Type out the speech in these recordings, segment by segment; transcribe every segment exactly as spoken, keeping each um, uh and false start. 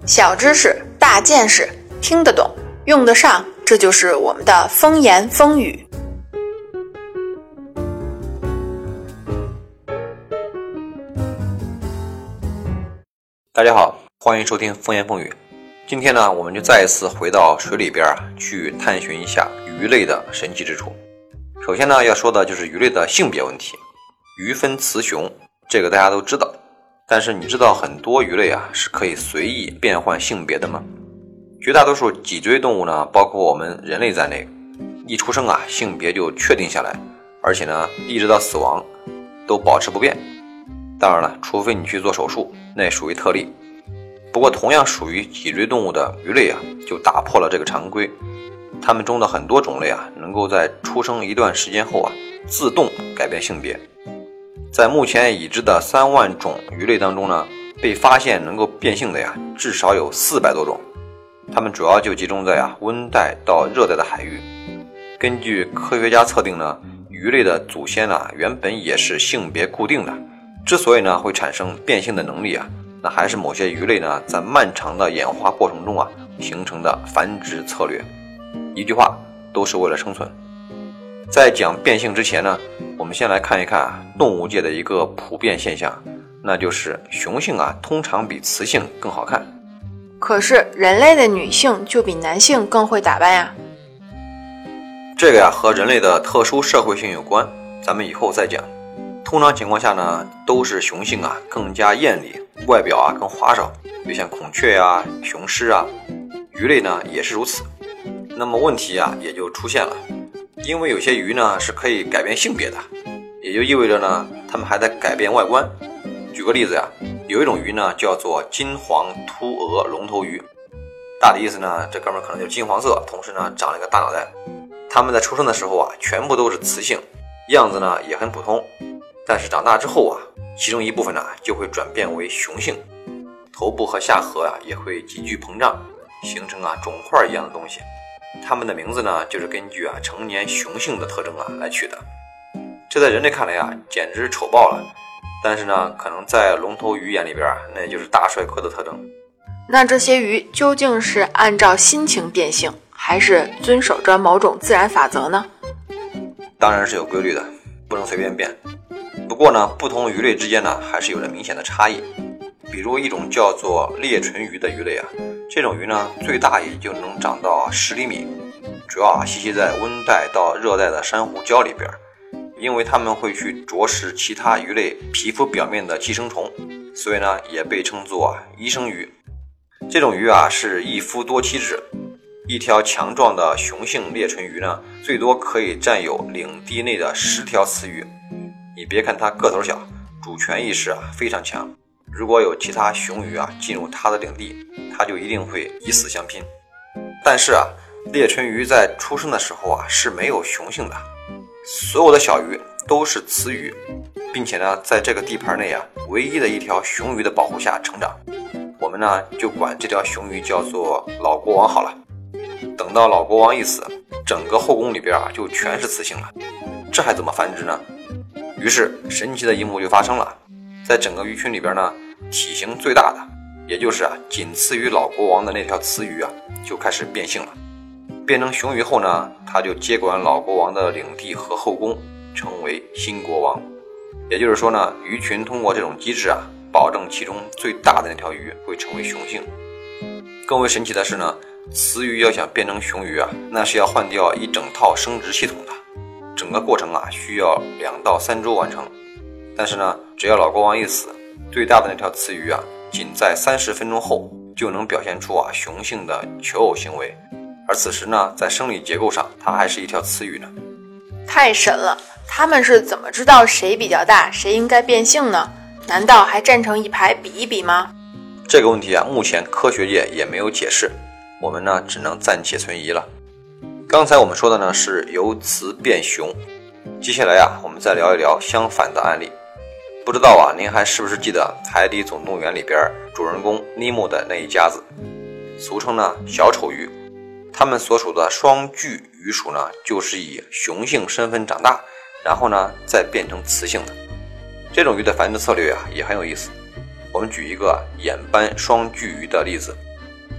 小知识，大见识，听得懂，用得上，这就是我们的风言风语。 大家好，欢迎收听风言风语。今天呢，我们就再一次回到水里边啊，去探寻一下鱼类的神奇之处。首先呢，要说的就是鱼类的性别问题。鱼分雌雄，这个大家都知道。但是你知道很多鱼类啊是可以随意变换性别的吗？绝大多数脊椎动物呢，包括我们人类在内，一出生啊性别就确定下来，而且呢一直到死亡都保持不变。当然了，除非你去做手术，那也属于特例。不过同样属于脊椎动物的鱼类啊，就打破了这个常规。它们中的很多种类啊，能够在出生一段时间后啊，自动改变性别。在目前已知的三万种鱼类当中呢，被发现能够变性的呀，至少有四百多种。它们主要就集中在啊温带到热带的海域。根据科学家测定呢，鱼类的祖先啊原本也是性别固定的。之所以呢会产生变性的能力啊，那还是某些鱼类呢在漫长的演化过程中啊形成的繁殖策略。一句话，都是为了生存。在讲变性之前呢，我们先来看一看啊动物界的一个普遍现象，那就是雄性啊通常比雌性更好看。 可是人类的女性就比男性更会打扮呀。 这个呀和人类的特殊社会性有关，咱们以后再讲。通常情况下呢，都是雄性啊更加艳丽，外表啊更花哨，就像孔雀啊、雄狮啊，鱼类呢也是如此。那么问题啊也就出现了，因为有些鱼呢是可以改变性别的，也就意味着呢它们还在改变外观。举个例子呀，有一种鱼呢叫做金黄突额龙头鱼，大的意思呢，这哥们可能就是金黄色，同时呢长了一个大脑袋。它们在出生的时候啊，全部都是雌性，样子呢也很普通。但是长大之后啊，其中一部分呢就会转变为雄性，头部和下颌啊也会急剧膨胀，形成啊肿块一样的东西。它们的名字呢就是根据啊成年雄性的特征啊来取的。这在人类看来啊简直丑爆了，但是呢可能在龙头鱼眼里边啊，那也就是大帅哥的特征。 那这些鱼究竟是按照心情变性，还是遵守着某种自然法则呢？ 当然是有规律的，不能随便变。不过呢，不同鱼类之间呢还是有着明显的差异。比如一种叫做裂唇鱼的鱼类啊，这种鱼呢最大也就能长到十厘米，主要啊栖息在温带到热带的珊瑚礁里边，因为它们会去啄食其他鱼类皮肤表面的寄生虫，所以呢也被称作啊益生鱼。这种鱼啊是一夫多妻制，一条强壮的雄性裂唇鱼呢，最多可以占有领地内的十条雌鱼。你别看它个头小，主权意识啊非常强。如果有其他雄鱼啊进入它的领地，它就一定会以死相拼。但是啊，裂唇鱼在出生的时候啊是没有雄性的，所有的小鱼都是雌鱼，并且呢，在这个地盘内啊，唯一的一条雄鱼的保护下成长。我们呢就管这条雄鱼叫做老国王好了。等到老国王一死，整个后宫里边啊就全是雌性了，这还怎么繁殖呢？于是神奇的一幕就发生了，在整个鱼群里边呢，体型最大的，也就是啊仅次于老国王的那条雌鱼啊，就开始变性了。变成雄鱼后呢，它就接管老国王的领地和后宫，成为新国王。也就是说呢，鱼群通过这种机制啊，保证其中最大的那条鱼会成为雄性。更为神奇的是呢，雌鱼要想变成雄鱼啊，那是要换掉一整套生殖系统的。整个过程啊需要两到三周完成，但是呢，只要老国王一死，最大的那条雌鱼啊，仅在三十分钟后就能表现出啊雄性的求偶行为，而此时呢，在生理结构上，它还是一条雌鱼呢。 太神了！他们是怎么知道谁比较大，谁应该变性呢？难道还站成一排比一比吗？ 这个问题啊，目前科学界也没有解释，我们呢只能暂且存疑了。刚才我们说的呢是由雌变雄，接下来啊我们再聊一聊相反的案例。不知道啊您还是不是记得海底总动员里边主人公尼莫的那一家子，俗称呢小丑鱼。他们所属的双巨鱼属呢就是以雄性身份长大，然后呢再变成雌性的。这种鱼的繁殖策略啊也很有意思。我们举一个眼斑双巨鱼的例子。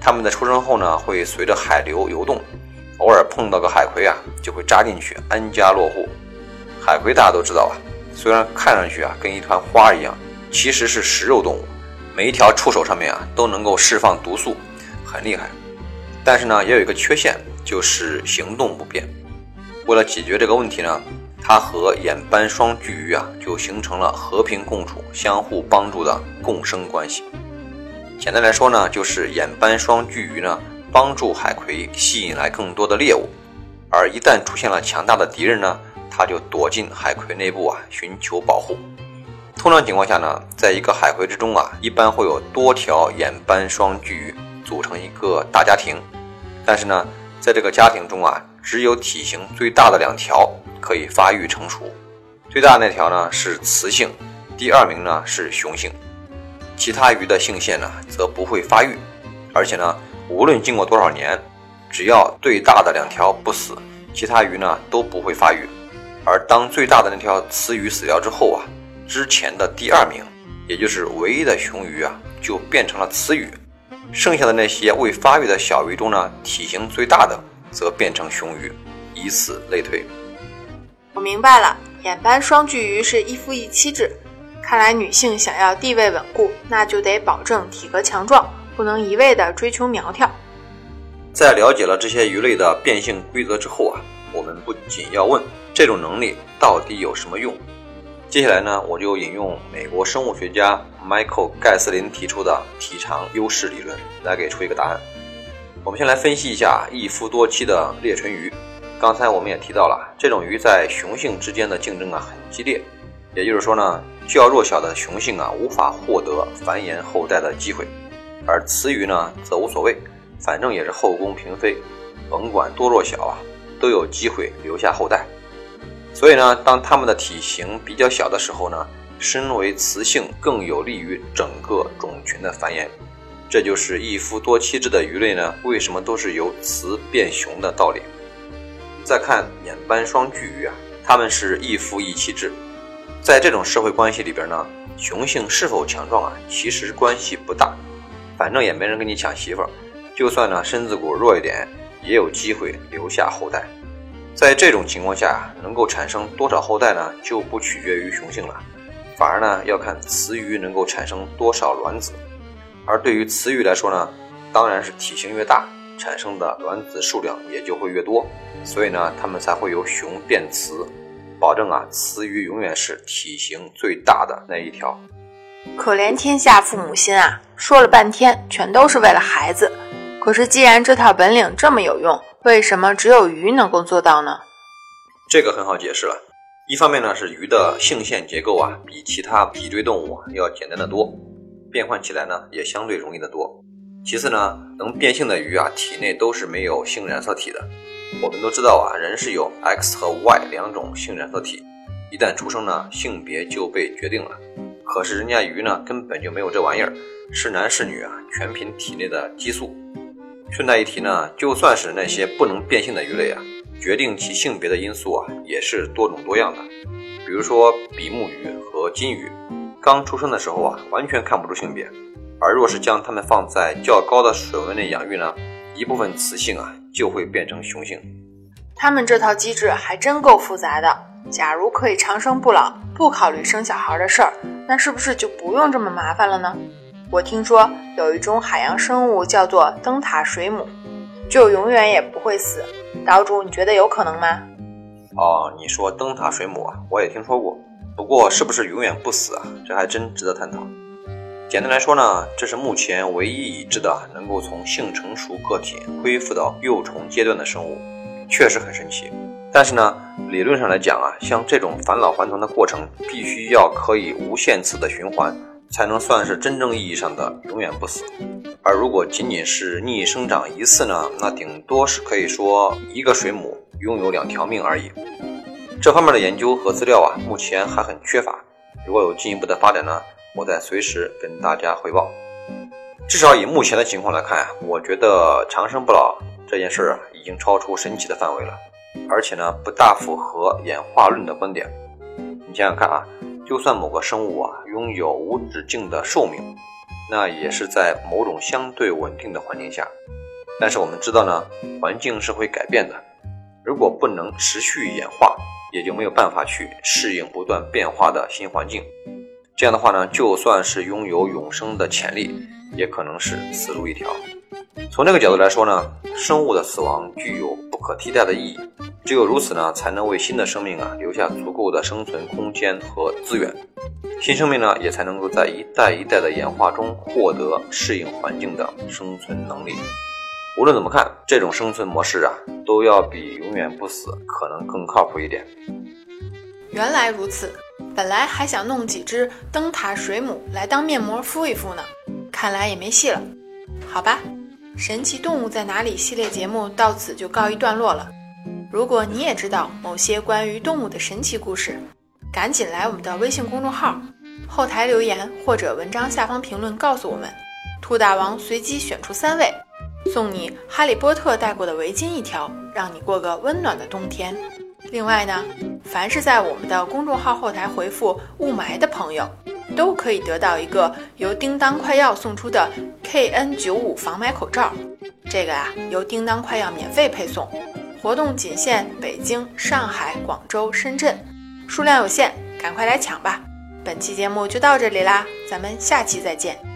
它们在出生后呢，会随着海流游动，偶尔碰到个海葵啊，就会扎进去安家落户。海葵大家都知道啊，虽然看上去啊跟一团花一样，其实是食肉动物，每一条触手上面啊都能够释放毒素，很厉害。但是呢，也有一个缺陷，就是行动不便。为了解决这个问题呢，它和眼斑双巨鱼啊就形成了和平共处、相互帮助的共生关系。简单来说呢，就是眼斑双巨鱼呢帮助海葵吸引来更多的猎物，而一旦出现了强大的敌人呢，它就躲进海葵内部啊寻求保护。通常情况下呢，在一个海葵之中啊，一般会有多条眼斑双巨鱼组成一个大家庭，但是呢，在这个家庭中啊，只有体型最大的两条可以发育成熟，最大的那条呢是雌性，第二名呢是雄性，其他鱼的性腺呢则不会发育，而且呢，无论经过多少年，只要最大的两条不死，其他鱼呢都不会发育。而当最大的那条雌鱼死掉之后啊，之前的第二名，也就是唯一的雄鱼啊，就变成了雌鱼。剩下的那些未发育的小鱼中呢，体型最大的则变成雄鱼，以此类推。 我明白了，眼斑双巨鱼是一夫一妻制。看来女性想要地位稳固，那就得保证体格强壮，不能一味的追求苗条。 在了解了这些鱼类的变性规则之后啊，我们不仅要问这种能力到底有什么用。接下来呢，我就引用美国生物学家 Michael 盖斯林提出的体长优势理论来给出一个答案。我们先来分析一下一夫多妻的猎唇鱼。刚才我们也提到了，这种鱼在雄性之间的竞争啊很激烈，也就是说呢，较弱小的雄性啊无法获得繁衍后代的机会，而雌鱼呢则无所谓，反正也是后宫嫔妃，甭管多弱小啊，都有机会留下后代。所以呢，当它们的体型比较小的时候呢，身为雌性更有利于整个种群的繁衍。这就是一夫多妻制的鱼类呢，为什么都是由雌变雄的道理。再看眼斑双巨鱼啊，它们是一夫一妻制。在这种社会关系里边呢，雄性是否强壮啊，其实关系不大，反正也没人跟你抢媳妇儿，就算呢身子骨弱一点，也有机会留下后代。在这种情况下，能够产生多少后代呢，就不取决于雄性了，反而呢要看雌鱼能够产生多少卵子。而对于雌鱼来说呢，当然是体型越大，产生的卵子数量也就会越多，所以呢它们才会由雄变雌，保证啊雌鱼永远是体型最大的那一条。 可怜天下父母心啊，说了半天全都是为了孩子，可是既然这套本领这么有用，为什么只有鱼能够做到呢？ 这个很好解释了。一方面呢是鱼的性腺结构啊比其他脊椎动物啊要简单得多，变换起来呢也相对容易得多。其次呢，能变性的鱼啊体内都是没有性染色体的。我们都知道啊，人是有 X 和 Y 两种性染色体，一旦出生呢，性别就被决定了。可是人家鱼呢根本就没有这玩意儿，是男是女啊全凭体内的激素。顺带一提呢，就算是那些不能变性的鱼类啊，决定其性别的因素啊也是多种多样的。比如说比目鱼和金鱼，刚出生的时候啊完全看不出性别，而若是将它们放在较高的水温内养育呢，一部分雌性啊就会变成雄性。 他们这套机制还真够复杂的。假如可以长生不老，不考虑生小孩的事儿，那是不是就不用这么麻烦了呢？我听说有一种海洋生物叫做灯塔水母，就永远也不会死。岛主，你觉得有可能吗？ 哦，你说灯塔水母啊，我也听说过，不过是不是永远不死啊，这还真值得探讨。简单来说呢，这是目前唯一已知的能够从性成熟个体恢复到幼虫阶段的生物，确实很神奇。但是呢，理论上来讲啊，像这种返老还童的过程必须要可以无限次的循环，才能算是真正意义上的永远不死。而如果仅仅是逆生长一次呢，那顶多是可以说一个水母拥有两条命而已。这方面的研究和资料啊，目前还很缺乏。如果有进一步的发展呢，我再随时跟大家汇报。至少以目前的情况来看啊，我觉得长生不老这件事啊，已经超出神奇的范围了，而且呢，不大符合演化论的观点。你想想看啊，就算某个生物啊拥有无止境的寿命， 那也是在某种相对稳定的环境下。但是我们知道呢，环境是会改变的，如果不能持续演化，也就没有办法去适应不断变化的新环境。这样的话呢，就算是拥有永生的潜力，也可能是死路一条。从这个角度来说呢，生物的死亡具有不可替代的意义，只有如此呢，才能为新的生命啊留下足够的生存空间和资源。新生命呢，也才能够在一代一代的演化中获得适应环境的生存能力。无论怎么看，这种生存模式啊，都要比永远不死可能更靠谱一点。 原来如此，本来还想弄几只灯塔水母来当面膜敷一敷呢，看来也没戏了。好吧，神奇动物在哪里系列节目到此就告一段落了。如果你也知道某些关于动物的神奇故事，赶紧来我们的微信公众号后台留言或者文章下方评论告诉我们，兔大王随机选出三位，送你哈利波特戴过的围巾一条，让你过个温暖的冬天。另外呢，凡是在我们的公众号后台回复雾霾的朋友，都可以得到一个由叮当快药送出的 K N 九十五 防霾口罩。这个啊，由叮当快药免费配送，活动仅限北京、上海、广州、深圳，数量有限，赶快来抢吧。本期节目就到这里啦，咱们下期再见。